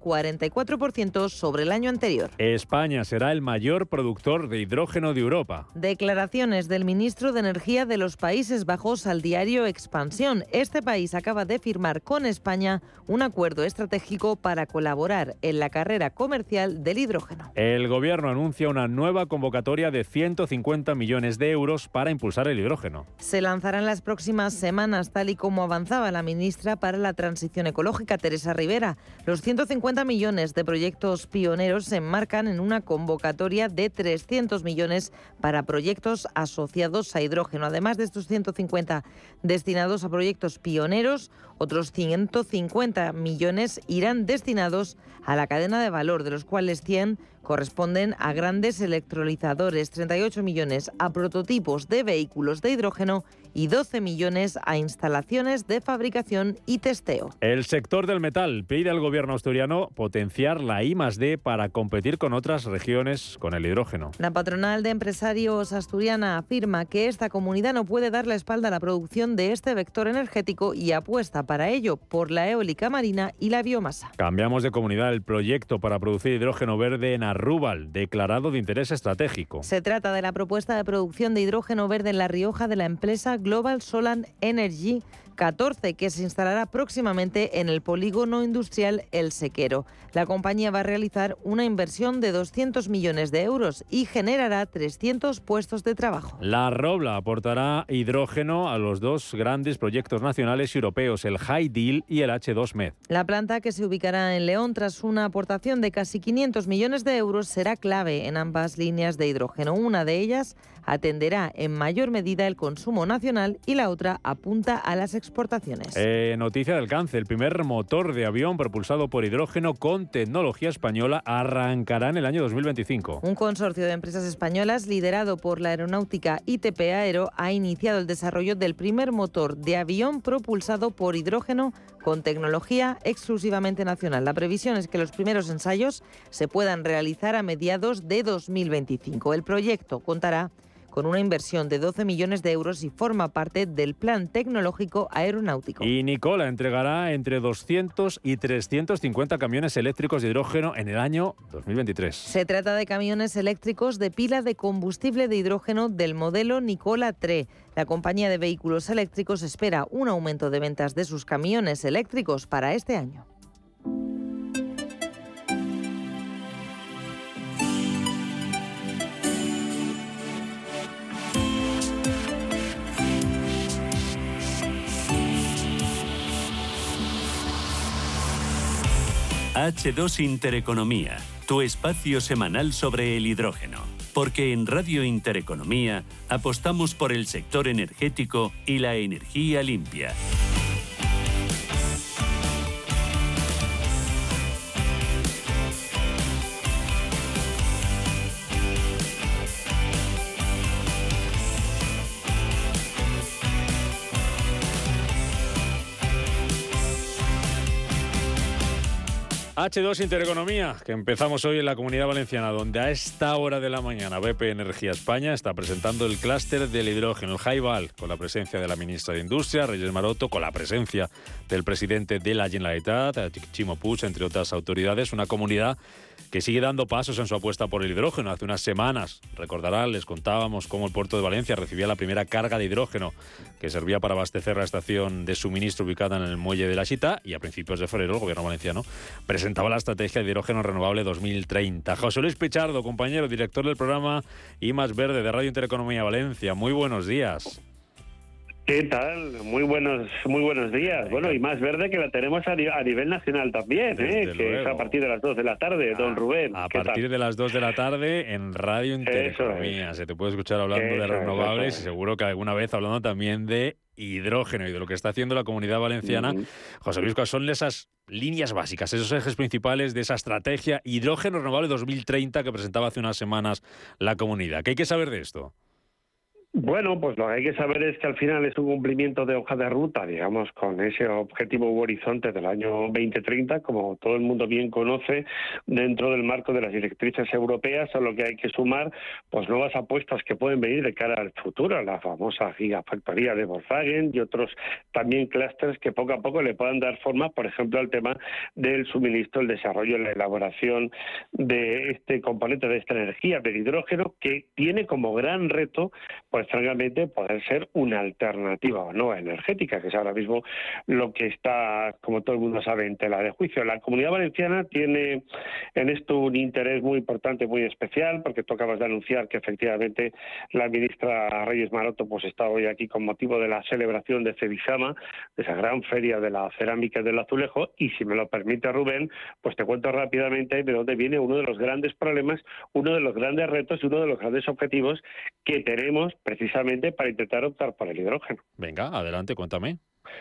44% sobre el año anterior. España será el mayor productor de hidrógeno de Europa. Declaraciones del ministro de Energía de los Países Bajos al diario Expansión. Este país acaba de firmar con España un acuerdo estratégico para colaborar en la carrera comercial del hidrógeno. El gobierno anuncia una nueva convocatoria de 150 millones de euros para impulsar el hidrógeno. Se lanzará en las próximas semanas, tal y como avanzaba la ministra para la Transición Ecológica, Teresa Rivera. Los 150 millones de proyectos pioneros se enmarcan en una convocatoria de 300 millones para proyectos asociados a hidrógeno. Además de estos 150 destinados a proyectos pioneros, otros 150 millones irán destinados a la cadena de valor, de los cuales 100 corresponden a grandes electrolizadores, 38 millones a prototipos de vehículos de hidrógeno y 12 millones a instalaciones de fabricación y testeo. El sector del metal pide al gobierno asturiano potenciar la I+D para competir con otras regiones con el hidrógeno. La patronal de empresarios asturiana afirma que esta comunidad no puede dar la espalda a la producción de este vector energético y apuesta para ello por la eólica marina y la biomasa. Cambiamos de comunidad. El proyecto para producir hidrógeno verde en Arrúbal, declarado de interés estratégico. Se trata de la propuesta de producción de hidrógeno verde en La Rioja de la empresa Global Solar Energy 14, que se instalará próximamente en el polígono industrial El Sequero. La compañía va a realizar una inversión de 200 millones de euros y generará 300 puestos de trabajo. La Robla aportará hidrógeno a los dos grandes proyectos nacionales y europeos, el HyDeal y el H2Med. La planta, que se ubicará en León tras una aportación de casi 500 millones de euros, será clave en ambas líneas de hidrógeno. Una de ellas atenderá en mayor medida el consumo nacional y la otra apunta a las exportaciones. Noticia de alcance. El primer motor de avión propulsado por hidrógeno con tecnología española arrancará en el año 2025. Un consorcio de empresas españolas liderado por la aeronáutica ITP Aero ha iniciado el desarrollo del primer motor de avión propulsado por hidrógeno con tecnología exclusivamente nacional. La previsión es que los primeros ensayos se puedan realizar a mediados de 2025. El proyecto contará con una inversión de 12 millones de euros y forma parte del Plan Tecnológico Aeronáutico. Y Nicola entregará entre 200 y 350 camiones eléctricos de hidrógeno en el año 2023. Se trata de camiones eléctricos de pila de combustible de hidrógeno del modelo Nikola Tre. La compañía de vehículos eléctricos espera un aumento de ventas de sus camiones eléctricos para este año. H2 Intereconomía, tu espacio semanal sobre el hidrógeno. Porque en Radio Intereconomía apostamos por el sector energético y la energía limpia. H2 Intereconomía, que empezamos hoy en la Comunidad Valenciana, donde a esta hora de la mañana BP Energía España está presentando el clúster del hidrógeno, el Haival, con la presencia de la ministra de Industria, Reyes Maroto, con la presencia del presidente de la Generalitat, Chimo Puig, entre otras autoridades. Una comunidad que sigue dando pasos en su apuesta por el hidrógeno. Hace unas semanas, recordarán, les contábamos cómo el puerto de Valencia recibía la primera carga de hidrógeno que servía para abastecer la estación de suministro ubicada en el muelle de la Xita, y a principios de febrero el gobierno valenciano presentaba la estrategia de hidrógeno renovable 2030. José Luis Pichardo, compañero, director del programa I+ Verde de Radio Intereconomía Valencia. Muy buenos días. ¿Qué tal? Muy buenos días. Bueno, y más verde que la tenemos a nivel nacional también, que es a partir de las 2 de la tarde, don Rubén. A partir de las 2 de la tarde en Radio Intereconomía. Se te puede escuchar hablando de renovables y seguro que alguna vez hablando también de hidrógeno y de lo que está haciendo la Comunidad Valenciana. José Luis, ¿cuáles son esas líneas básicas, esos ejes principales de esa estrategia hidrógeno renovable 2030 que presentaba hace unas semanas la comunidad? ¿Qué hay que saber de esto? Bueno, pues lo que hay que saber es que al final es un cumplimiento de hoja de ruta, digamos, con ese objetivo u horizonte del año 2030, como todo el mundo bien conoce, dentro del marco de las directrices europeas, a lo que hay que sumar pues nuevas apuestas que pueden venir de cara al futuro, la famosa gigafactoría de Volkswagen y otros también clústeres que poco a poco le puedan dar forma, por ejemplo, al tema del suministro, el desarrollo y la elaboración de este componente de esta energía, del hidrógeno, que tiene como gran reto, pues francamente, poder ser una alternativa no energética, que es ahora mismo lo que está, como todo el mundo sabe, en tela de juicio. La Comunidad Valenciana tiene en esto un interés muy importante, muy especial, porque tú acabas de anunciar que efectivamente la ministra Reyes Maroto pues está hoy aquí con motivo de la celebración de Cebisama, de esa gran feria de la cerámica y del azulejo, y si me lo permite, Rubén, pues te cuento rápidamente de dónde viene uno de los grandes problemas, uno de los grandes retos y uno de los grandes objetivos que tenemos precisamente para intentar optar por el hidrógeno. Venga, adelante, cuéntame.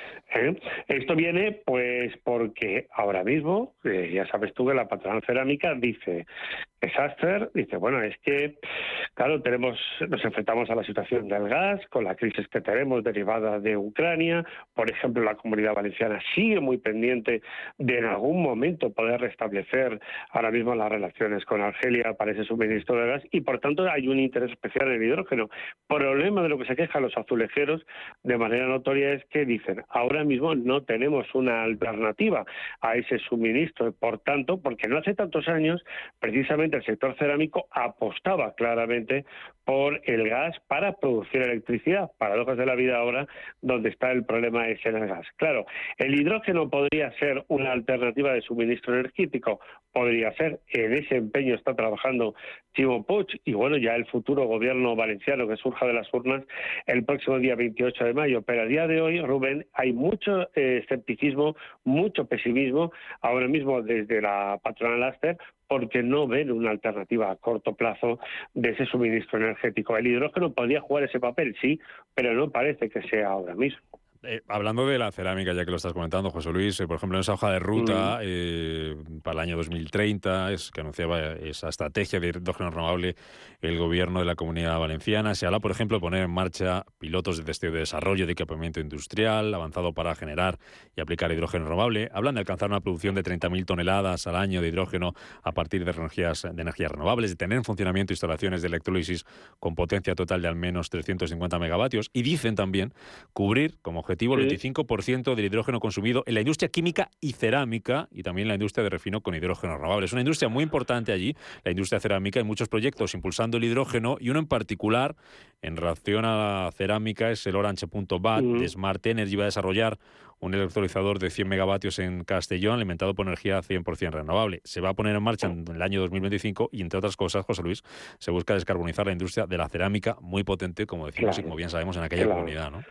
Esto viene pues porque ahora mismo, ya sabes tú que la patronal cerámica dice, desastre, dice, bueno, es que, claro, nos enfrentamos a la situación del gas, con la crisis que tenemos derivada de Ucrania. Por ejemplo, la Comunidad Valenciana sigue muy pendiente de en algún momento poder restablecer ahora mismo las relaciones con Argelia para ese suministro de gas, y por tanto hay un interés especial en el hidrógeno. Problema de lo que se quejan los azulejeros de manera notoria es que dicen, ahora mismo no tenemos una alternativa a ese suministro, por tanto, porque no hace tantos años precisamente el sector cerámico apostaba claramente por el gas para producir electricidad. Paradojas de la vida ahora, donde está el problema es en el gas. Claro, el hidrógeno podría ser una alternativa de suministro energético, podría ser, en ese empeño está trabajando Chimo Puig, y bueno, ya el futuro gobierno valenciano que surja de las urnas el próximo día 28 de mayo. Pero a día de hoy, Rubén, hay mucho escepticismo, mucho pesimismo, ahora mismo desde la patronal Aster, porque no ven una alternativa a corto plazo de ese suministro energético. El hidrógeno podría jugar ese papel, sí, pero no parece que sea ahora mismo. Hablando de la cerámica, ya que lo estás comentando, José Luis, por ejemplo, en esa hoja de ruta para el año 2030, que anunciaba esa estrategia de hidrógeno renovable el gobierno de la Comunidad Valenciana, se habla, por ejemplo, de poner en marcha pilotos de testeo de desarrollo de equipamiento industrial avanzado para generar y aplicar hidrógeno renovable. Hablan de alcanzar una producción de 30.000 toneladas al año de hidrógeno a partir de energías renovables, de tener en funcionamiento instalaciones de electrólisis con potencia total de al menos 350 megavatios, y dicen también cubrir como objetivo el 25% del hidrógeno consumido en la industria química y cerámica, y también la industria de refino con hidrógeno renovable. Es una industria muy importante allí, la industria cerámica. Hay muchos proyectos impulsando el hidrógeno, y uno en particular en relación a la cerámica es el Orange.bat de Smart Energy. Va a desarrollar un electrolizador de 100 megavatios en Castellón, alimentado por energía 100% renovable. Se va a poner en marcha en el año 2025 y, entre otras cosas, José Luis, se busca descarbonizar la industria de la cerámica, muy potente, como decimos y como bien sabemos, en aquella comunidad, ¿no?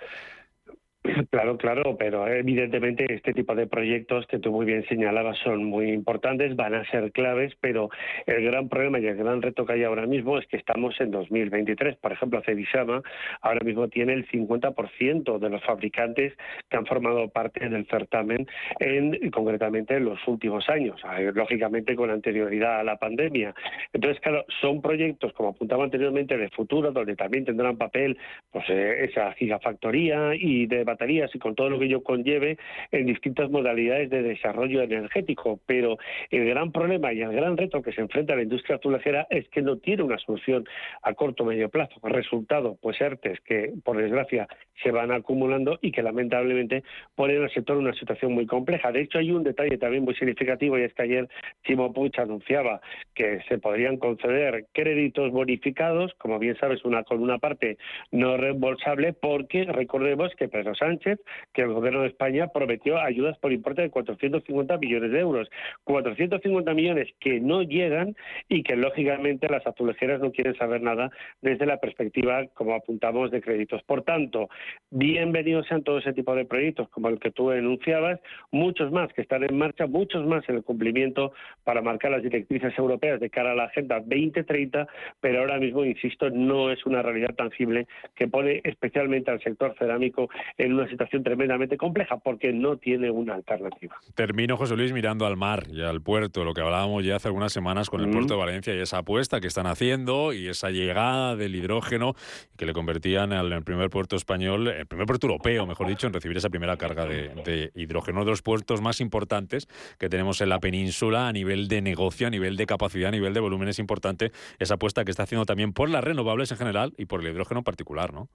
Claro, pero evidentemente este tipo de proyectos que tú muy bien señalabas son muy importantes, van a ser claves, pero el gran problema y el gran reto que hay ahora mismo es que estamos en 2023. Por ejemplo, Cebisama ahora mismo tiene el 50% de los fabricantes que han formado parte del certamen, concretamente en los últimos años, lógicamente con anterioridad a la pandemia. Entonces, claro, son proyectos, como apuntaba anteriormente, de futuro, donde también tendrán papel pues esa gigafactoría y de baterías baterías y con todo lo que ello conlleve en distintas modalidades de desarrollo energético. Pero el gran problema y el gran reto que se enfrenta la industria azulejera es que no tiene una solución a corto o medio plazo. Resultado, pues ERTEs que, por desgracia, se van acumulando y que lamentablemente ponen al sector en una situación muy compleja. De hecho, hay un detalle también muy significativo, y es que ayer Ximo Puig anunciaba que se podrían conceder créditos bonificados, como bien sabes, con una parte no reembolsable, porque recordemos que Pedro Sánchez, que el Gobierno de España prometió ayudas por importe de 450 millones de euros. 450 millones que no llegan y que, lógicamente, las azulejeras no quieren saber nada desde la perspectiva, como apuntamos, de créditos. Por tanto, bienvenidos sean todo ese tipo de proyectos como el que tú enunciabas, muchos más que están en marcha, muchos más en el cumplimiento para marcar las directrices europeas de cara a la Agenda 2030, pero ahora mismo, insisto, no es una realidad tangible que pone especialmente al sector cerámico en una situación tremendamente compleja porque no tiene una alternativa. Termino, José Luis, mirando al mar y al puerto, lo que hablábamos ya hace algunas semanas con el puerto de Valencia y esa apuesta que están haciendo y esa llegada del hidrógeno que le convertían en el primer puerto español, el primer puerto europeo, mejor dicho, en recibir esa primera carga de hidrógeno. Uno de los puertos más importantes que tenemos en la península a nivel de negocio, a nivel de capacidad, a nivel de volumen. Es importante esa apuesta que está haciendo también por las renovables en general y por el hidrógeno en particular, ¿no?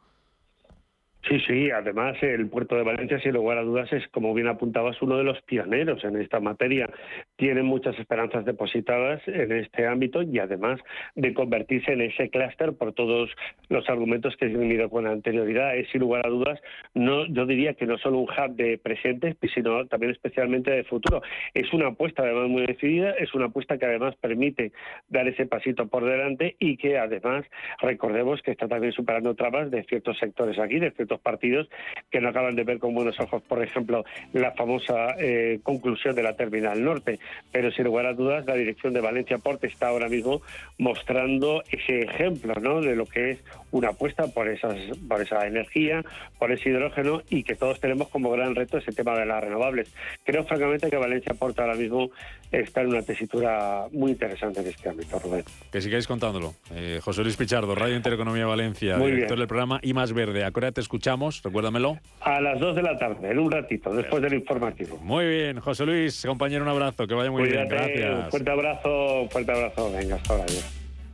Sí, además el puerto de Valencia, sin lugar a dudas, es, como bien apuntabas, uno de los pioneros en esta materia. Tienen muchas esperanzas depositadas en este ámbito y además de convertirse en ese clúster por todos los argumentos que he venido con anterioridad. Es, sin lugar a dudas, yo diría que no solo un hub de presente, sino también especialmente de futuro. Es una apuesta además muy decidida, es una apuesta que además permite dar ese pasito por delante y que además recordemos que está también superando trabas de ciertos sectores aquí, de ciertos partidos que no acaban de ver con buenos ojos, por ejemplo, la famosa conclusión de la Terminal Norte. Pero sin lugar a dudas, la dirección de Valencia Port está ahora mismo mostrando ese ejemplo, ¿no?, de lo que es una apuesta por esa energía, por ese hidrógeno, y que todos tenemos como gran reto ese tema de las renovables. Creo francamente que Valencia Port ahora mismo está en una tesitura muy interesante en este ámbito, Rubén. Que sigáis contándolo. José Luis Pichardo, Radio Intereconomía Valencia, muy director bien del programa I Más Verde. ¿A qué hora te escuchamos? Recuérdamelo. A las 2 de la tarde, en un ratito, después del informativo. Muy bien, José Luis, compañero, un abrazo, que vaya muy Cuídate, bien. Gracias. Un fuerte abrazo. Venga, hasta ahora. Adiós.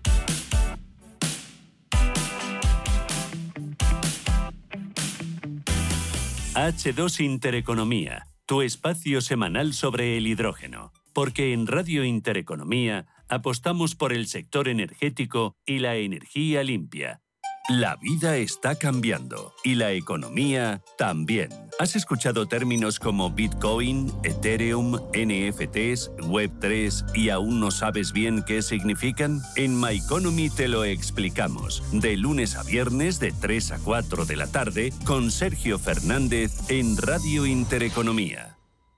H2 Intereconomía, tu espacio semanal sobre el hidrógeno. Porque en Radio Intereconomía apostamos por el sector energético y la energía limpia. La vida está cambiando y la economía también. ¿Has escuchado términos como Bitcoin, Ethereum, NFTs, Web3 y aún no sabes bien qué significan? En My Economy te lo explicamos. De lunes a viernes de 3 a 4 de la tarde con Sergio Fernández en Radio Intereconomía.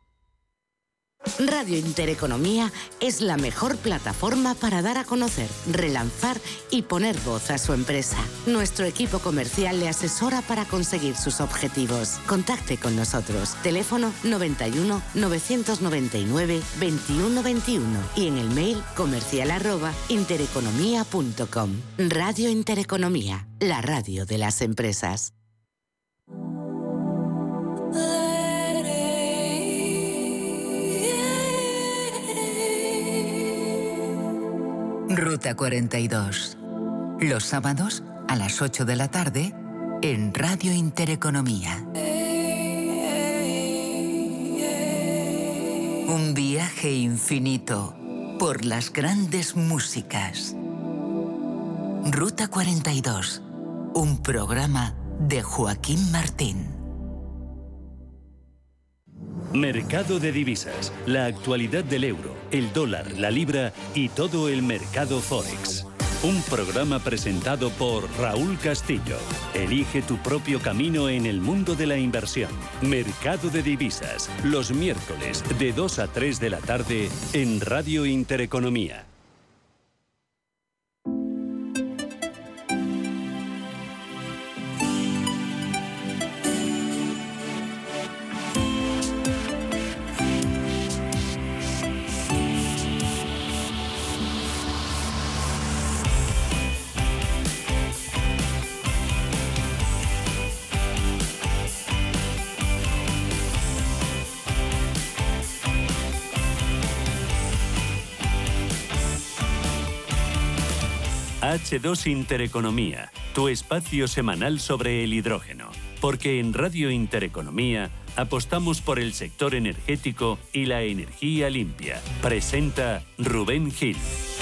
Radio Intereconomía es la mejor plataforma para dar a conocer, relanzar y poner voz a su empresa. Nuestro equipo comercial le asesora para conseguir sus objetivos. Contacte con nosotros. Teléfono 91 999 21 21 y en el mail comercial@intereconomia.com. Radio Intereconomía, la radio de las empresas. Ruta 42. Los sábados a las 8 de la tarde en Radio Intereconomía. Un viaje infinito por las grandes músicas. Ruta 42. Un programa de Joaquín Martín. Mercado de divisas, la actualidad del euro, el dólar, la libra y todo el mercado forex. Un programa presentado por Raúl Castillo. Elige tu propio camino en el mundo de la inversión. Mercado de divisas, los miércoles de 2 a 3 de la tarde en Radio Intereconomía. H2 Intereconomía, tu espacio semanal sobre el hidrógeno. Porque en Radio Intereconomía apostamos por el sector energético y la energía limpia. Presenta Rubén Gil.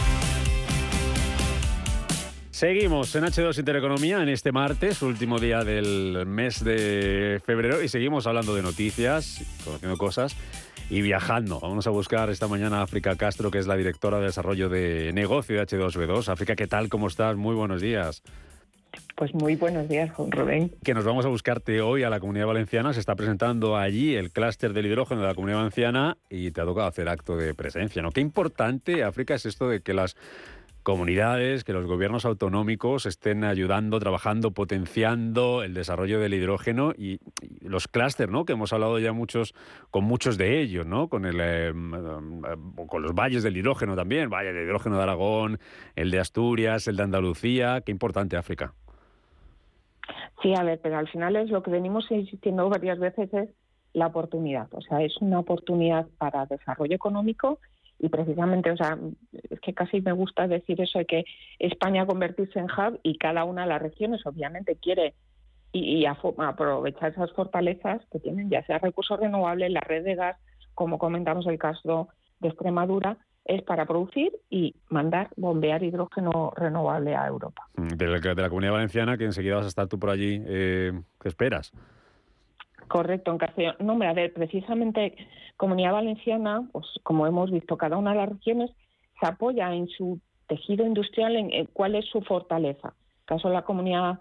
Seguimos en H2 Intereconomía en este martes, último día del mes de febrero, y seguimos hablando de noticias, conociendo cosas y viajando. Vamos a buscar esta mañana a África Castro, que es la directora de desarrollo de negocio de H2B2. África, ¿qué tal? ¿Cómo estás? Muy buenos días. Pues muy buenos días, Rubén. Que nos vamos a buscarte hoy a la Comunidad Valenciana. Se está presentando allí el clúster del hidrógeno de la Comunidad Valenciana y te ha tocado hacer acto de presencia, ¿no? Qué importante, África, es esto de que las comunidades, que los gobiernos autonómicos estén ayudando, trabajando, potenciando el desarrollo del hidrógeno y los clústeres, ¿no? Que hemos hablado ya con muchos de ellos, ¿no? Con los valles del hidrógeno también, Valle de Hidrógeno de Aragón, el de Asturias, el de Andalucía. Qué importante, África. Sí, a ver, pero al final es lo que venimos insistiendo varias veces, es la oportunidad. O sea, es una oportunidad para desarrollo económico. Y precisamente, o sea, es que casi me gusta decir eso de que España convertirse en hub y cada una de las regiones obviamente quiere y aprovechar esas fortalezas que tienen, ya sea recursos renovables, la red de gas, como comentamos el caso de Extremadura, es para producir y bombear hidrógeno renovable a Europa. De la Comunidad Valenciana, que enseguida vas a estar tú por allí, ¿qué esperas? Correcto, en Castellón. No, hombre, a ver, precisamente Comunidad Valenciana, pues como hemos visto, cada una de las regiones se apoya en su tejido industrial, en cuál es su fortaleza. En el caso de la Comunidad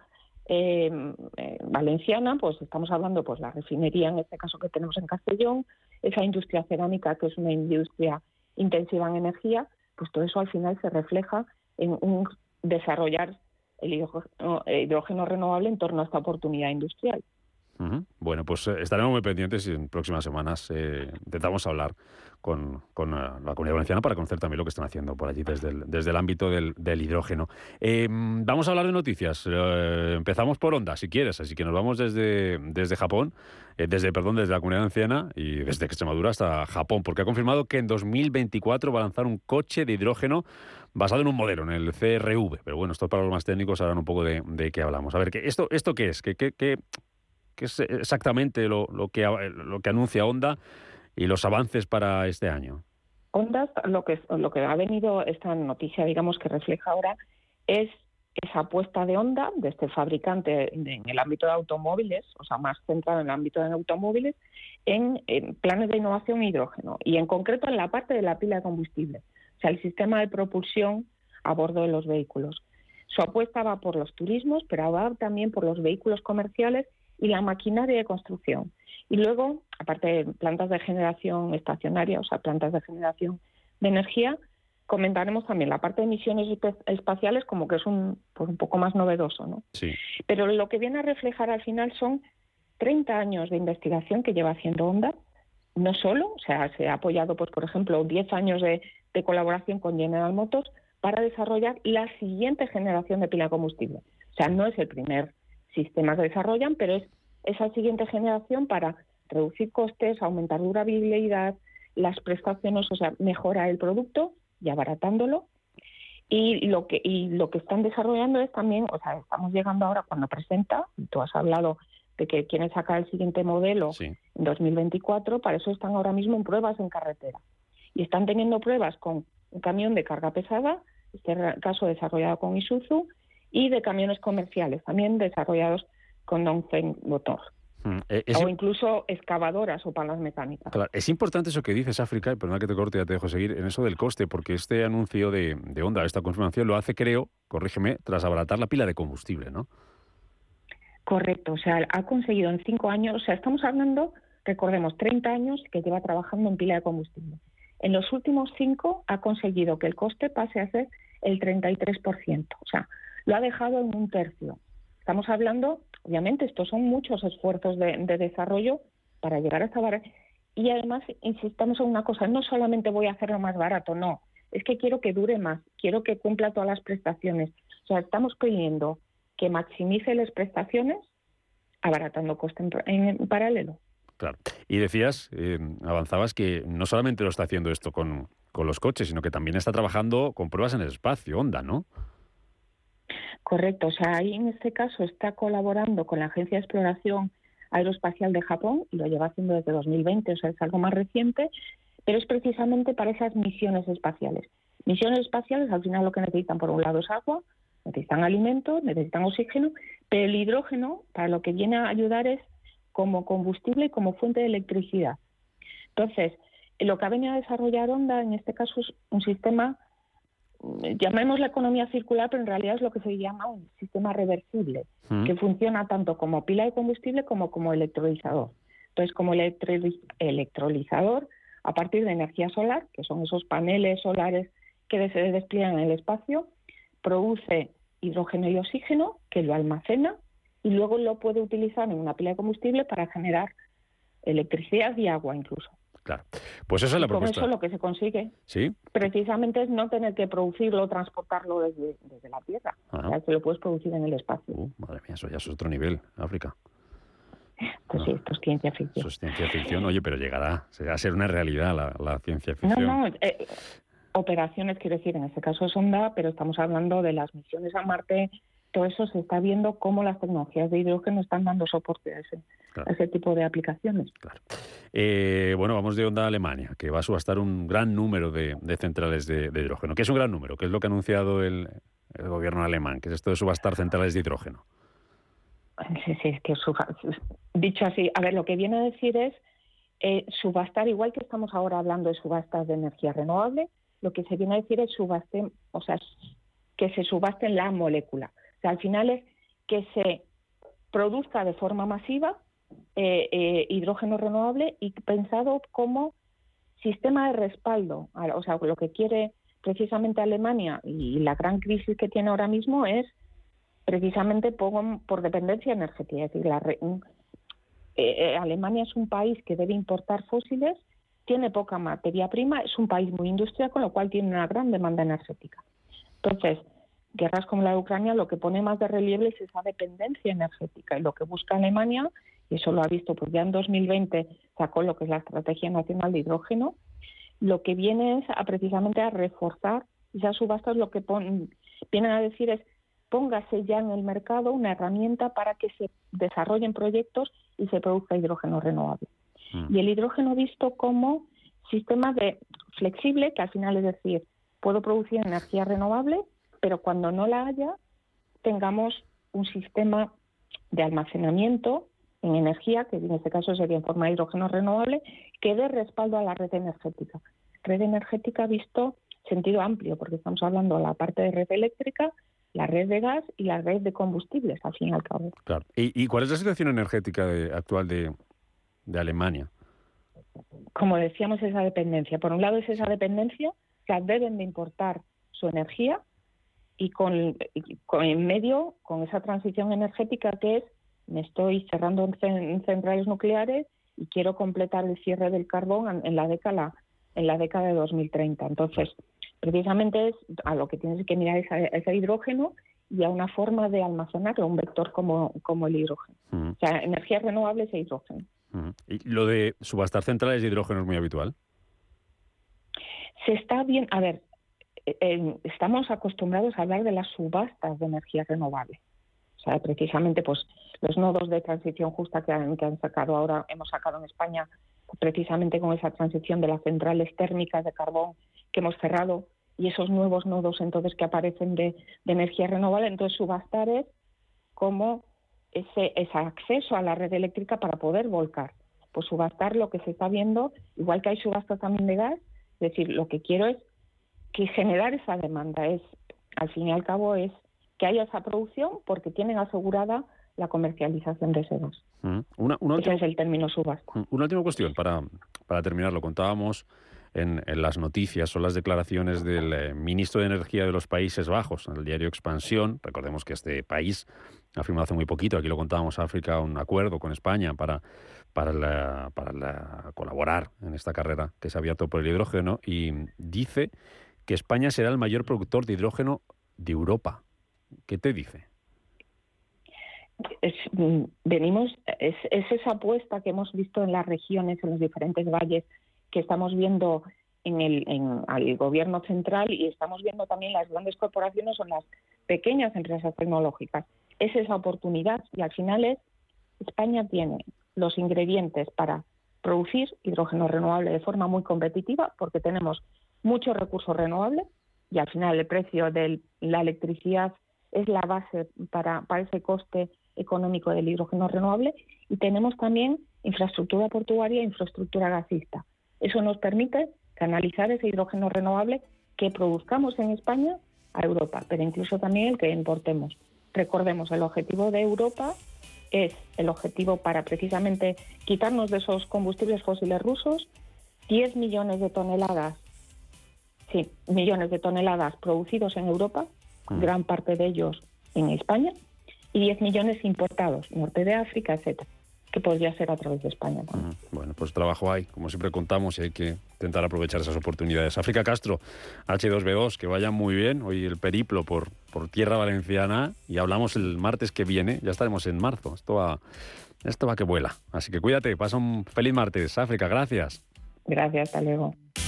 Valenciana, pues estamos hablando pues la refinería, en este caso que tenemos en Castellón, esa industria cerámica, que es una industria intensiva en energía, pues todo eso al final se refleja en desarrollar el hidrógeno renovable en torno a esta oportunidad industrial. Uh-huh. Bueno, pues estaremos muy pendientes y en próximas semanas intentamos hablar con la Comunidad Valenciana para conocer también lo que están haciendo por allí desde el ámbito del hidrógeno. Vamos a hablar de noticias. Empezamos por Honda, si quieres. Así que nos vamos desde Japón, desde la Comunidad Valenciana y desde Extremadura hasta Japón, porque ha confirmado que en 2024 va a lanzar un coche de hidrógeno basado en un modelo, en el CR-V. Pero bueno, esto para los más técnicos sabrán un poco de qué hablamos. A ver, ¿esto qué es? ¿Qué es exactamente lo que anuncia Honda y los avances para este año? Honda, lo que ha venido esta noticia, digamos, que refleja ahora, es esa apuesta de Honda, de este fabricante en el ámbito de automóviles, o sea, más centrado en el ámbito de automóviles, en planes de innovación en hidrógeno y en concreto en la parte de la pila de combustible, o sea, el sistema de propulsión a bordo de los vehículos. Su apuesta va por los turismos, pero va también por los vehículos comerciales y la maquinaria de construcción. Y luego, aparte de plantas de generación estacionaria, o sea, plantas de generación de energía, comentaremos también la parte de emisiones espaciales, como que es un poco más novedoso, ¿no? Sí. Pero lo que viene a reflejar al final son 30 años de investigación que lleva haciendo Honda, no solo, o sea, se ha apoyado, pues por ejemplo, 10 años de colaboración con General Motors para desarrollar la siguiente generación de pila de combustible. O sea, no es el primer sistema que desarrollan, pero es esa siguiente generación para reducir costes, aumentar durabilidad, las prestaciones, o sea, mejorar el producto y abaratándolo. Y lo que están desarrollando es también, o sea, estamos llegando ahora cuando presenta, tú has hablado de que quieren sacar el siguiente modelo en 2024, para eso están ahora mismo en pruebas en carretera. Y están teniendo pruebas con un camión de carga pesada, este caso desarrollado con Isuzu, y de camiones comerciales, también desarrollados con Dongfeng Motor. O incluso excavadoras o palas mecánicas. Claro, es importante eso que dices, África, y perdona que te corte, ya te dejo seguir, en eso del coste, porque este anuncio de Honda, esta confirmación, lo hace, creo, corrígeme, tras abaratar la pila de combustible, ¿no? Correcto, o sea, ha conseguido en 5 años, o sea, estamos hablando, recordemos, 30 años que lleva trabajando en pila de combustible. En los últimos 5 ha conseguido que el coste pase a ser el 33%, o sea, lo ha dejado en 1/3. Estamos hablando, obviamente, estos son muchos esfuerzos de desarrollo para llegar a esta barrera. Y además, insistamos en una cosa, no solamente voy a hacerlo más barato, no, es que quiero que dure más, quiero que cumpla todas las prestaciones. O sea, estamos pidiendo que maximice las prestaciones, abaratando coste en paralelo. Claro. Y decías, avanzabas que no solamente lo está haciendo esto con los coches, sino que también está trabajando con pruebas en el espacio, Honda, ¿no? Correcto, o sea, ahí en este caso está colaborando con la Agencia de Exploración Aeroespacial de Japón, y lo lleva haciendo desde 2020, o sea, es algo más reciente, pero es precisamente para esas misiones espaciales. Misiones espaciales, al final lo que necesitan por un lado es agua, necesitan alimentos, necesitan oxígeno, pero el hidrógeno, para lo que viene a ayudar es como combustible y como fuente de electricidad. Entonces, lo que ha venido a desarrollar Honda, en este caso, es un sistema, llamémosla economía circular, pero en realidad es lo que se llama un sistema reversible, que funciona tanto como pila de combustible como electrolizador. Entonces, como electrolizador, a partir de energía solar, que son esos paneles solares que se despliegan en el espacio, produce hidrógeno y oxígeno, que lo almacena, y luego lo puede utilizar en una pila de combustible para generar electricidad y agua incluso. Claro, pues esa es la propuesta. Con eso lo que se consigue, ¿sí?, precisamente es no tener que producirlo o transportarlo desde la Tierra. O sea, que lo puedes producir en el espacio. Madre mía, eso ya es otro nivel, África. Pues sí, esto es ciencia ficción. Eso es ciencia ficción, oye, pero llegará a ser una realidad la ciencia ficción. No, operaciones, quiero decir, en este caso es Honda, pero estamos hablando de las misiones a Marte. Todo eso se está viendo cómo las tecnologías de hidrógeno están dando soporte a ese tipo de aplicaciones. Claro. Bueno, vamos de Honda a Alemania, que va a subastar un gran número de centrales de hidrógeno. ¿Qué es un gran número? ¿Qué es lo que ha anunciado el gobierno alemán? ¿Qué es esto de subastar centrales de hidrógeno? Sí, es que dicho así, a ver, lo que viene a decir es subastar, igual que estamos ahora hablando de subastas de energía renovable, lo que se viene a decir es que se subaste la molécula. O sea, al final es que se produzca de forma masiva hidrógeno renovable y pensado como sistema de respaldo. O sea, lo que quiere precisamente Alemania y la gran crisis que tiene ahora mismo es precisamente por dependencia energética. Es decir, Alemania es un país que debe importar fósiles, tiene poca materia prima, es un país muy industrial, con lo cual tiene una gran demanda energética. Entonces, guerras como la de Ucrania lo que pone más de relieve es esa dependencia energética, y lo que busca Alemania, y eso lo ha visto, pues ya en 2020 sacó lo que es la Estrategia Nacional de Hidrógeno, lo que viene es precisamente a reforzar esas subastas. Lo que vienen a decir es: póngase ya en el mercado una herramienta para que se desarrollen proyectos y se produzca hidrógeno renovable. Y el hidrógeno visto como sistema flexible, que al final es decir, puedo producir energía renovable, pero cuando no la haya, tengamos un sistema de almacenamiento en energía, que en este caso sería en forma de hidrógeno renovable, que dé respaldo a la red energética. Red energética visto sentido amplio, porque estamos hablando de la parte de red eléctrica, la red de gas y la red de combustibles, al fin y al cabo. Claro. ¿Y cuál es la situación energética actual de Alemania? Como decíamos, esa dependencia. Por un lado es esa dependencia, que deben de importar su energía, y en medio, con esa transición energética que es: me estoy cerrando en centrales nucleares y quiero completar el cierre del carbón en la década de 2030. Entonces, precisamente es a lo que tienes que mirar ese hidrógeno y a una forma de almacenarlo, un vector como el hidrógeno. O sea, energías renovables e hidrógeno. ¿Y lo de subastar centrales de hidrógeno es muy habitual? Se está bien. A ver, estamos acostumbrados a hablar de las subastas de energía renovable. O sea, precisamente, pues los nodos de transición justa que han sacado ahora, hemos sacado en España, precisamente con esa transición de las centrales térmicas de carbón que hemos cerrado, y esos nuevos nodos entonces que aparecen de energía renovable. Entonces, subastar es como ese acceso a la red eléctrica para poder volcar. Pues subastar lo que se está viendo, igual que hay subastas también de gas, es decir, lo que quiero es que generar esa demanda, es al fin y al cabo es que haya esa producción porque tienen asegurada la comercialización de ese gas. Ese es el término subasta. Una última cuestión para terminar. Lo contábamos en las noticias, son las declaraciones del ministro de Energía de los Países Bajos en el diario Expansión. Recordemos que este país ha firmado hace muy poquito, aquí lo contábamos, África, un acuerdo con España para colaborar en esta carrera que se ha abierto por el hidrógeno, y dice que España será el mayor productor de hidrógeno de Europa. ¿Qué te dice? Es esa apuesta que hemos visto en las regiones, en los diferentes valles, que estamos viendo al gobierno central, y estamos viendo también las grandes corporaciones o las pequeñas empresas tecnológicas. Es esa oportunidad, y al final España tiene los ingredientes para producir hidrógeno renovable de forma muy competitiva, porque tenemos muchos recursos renovables y al final el precio de la electricidad es la base para ese coste económico del hidrógeno renovable, y tenemos también infraestructura portuaria e infraestructura gasista. Eso nos permite canalizar ese hidrógeno renovable que produzcamos en España a Europa, pero incluso también el que importemos. Recordemos, el objetivo de Europa es el objetivo para precisamente quitarnos de esos combustibles fósiles rusos, 10 millones de toneladas producidos en Europa, gran parte de ellos en España, y 10 millones importados, norte de África, etcétera, que podría ser a través de España también. Bueno, pues trabajo hay, como siempre contamos, y hay que intentar aprovechar esas oportunidades. África Castro, H2B2, que vaya muy bien hoy el periplo por tierra valenciana, y hablamos el martes que viene, ya estaremos en marzo. Esto va que vuela. Así que cuídate, pasa un feliz martes. África, gracias. Gracias, hasta luego.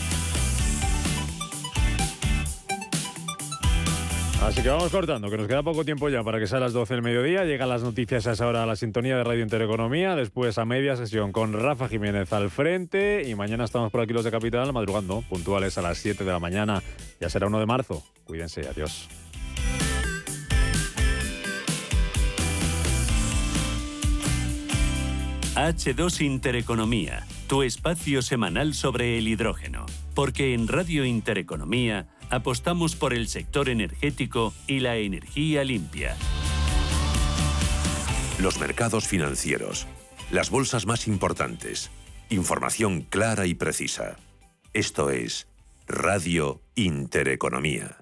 Así que vamos cortando, que nos queda poco tiempo ya para que sea a las 12 del mediodía. Llegan las noticias a esa hora a la sintonía de Radio Intereconomía. Después a media sesión con Rafa Jiménez al frente. Y mañana estamos por aquí los de Capital, madrugando, puntuales a las 7 de la mañana. Ya será 1 de marzo. Cuídense, adiós. H2 Intereconomía, tu espacio semanal sobre el hidrógeno. Porque en Radio Intereconomía apostamos por el sector energético y la energía limpia. Los mercados financieros, las bolsas más importantes, información clara y precisa. Esto es Radio Intereconomía.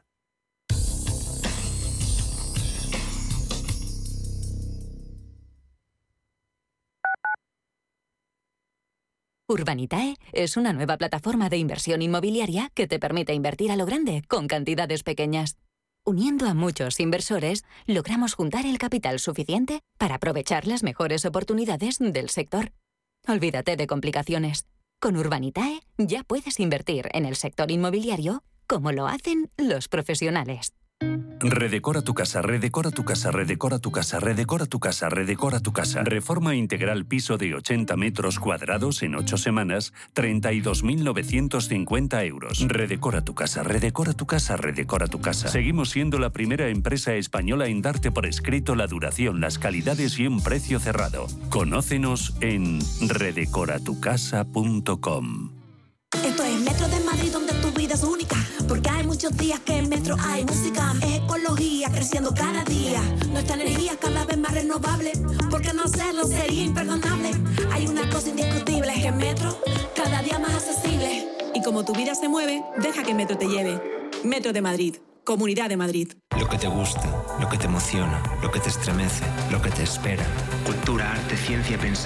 Urbanitae es una nueva plataforma de inversión inmobiliaria que te permite invertir a lo grande con cantidades pequeñas. Uniendo a muchos inversores, logramos juntar el capital suficiente para aprovechar las mejores oportunidades del sector. Olvídate de complicaciones. Con Urbanitae ya puedes invertir en el sector inmobiliario como lo hacen los profesionales. Redecora tu casa, redecora tu casa, redecora tu casa, redecora tu casa, redecora tu casa. Reforma integral piso de 80 metros cuadrados en 8 semanas, 32.950 euros. Redecora tu casa, redecora tu casa, redecora tu casa. Seguimos siendo la primera empresa española en darte por escrito la duración, las calidades y un precio cerrado. Conócenos en redecoratucasa.com. Esto es Metro de Madrid, donde tu vida es única. Porque hay muchos días que en Metro hay música. Es ecología creciendo cada día. Nuestra energía cada vez más renovable. Porque no hacerlo sería imperdonable. Hay una cosa indiscutible, es que Metro cada día más accesible. Y como tu vida se mueve, deja que Metro te lleve. Metro de Madrid, Comunidad de Madrid. Lo que te gusta, lo que te emociona, lo que te estremece, lo que te espera. Cultura, arte, ciencia, pensamiento.